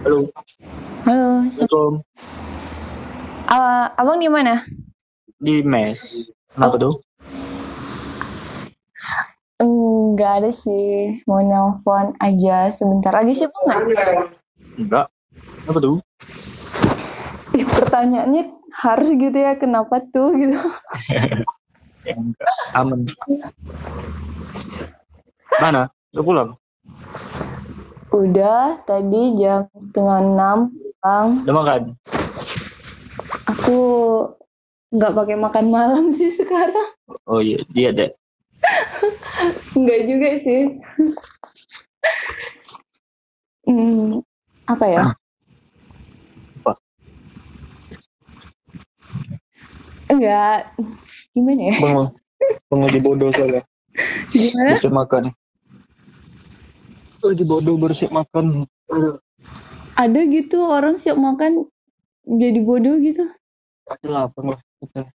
Halo, Halo, Assalamualaikum. abang di mana? Di mes. Kenapa Oh, tuh? enggak ada sih. Mau nelpon aja sebentar. Lagi sibuk nggak? Enggak. Kenapa tuh? Pertanyaannya harus gitu ya. Kenapa tuh gitu? Ya, enggak. Aman. Mana? Udah pulang? Udah tadi jam setengah 6 pulang. Udah makan? Aku nggak pakai makan malam sih sekarang. Oh iya, dia deh. Enggak juga sih. Apa ya? Apa? Enggak. Gimana ya? Bang lagi bodoh soalnya. Gimana? Bersiap makan. Lagi bodoh bersiap makan. Aduh. Ada gitu orang siap makan jadi bodoh gitu. Pasti lapar lah.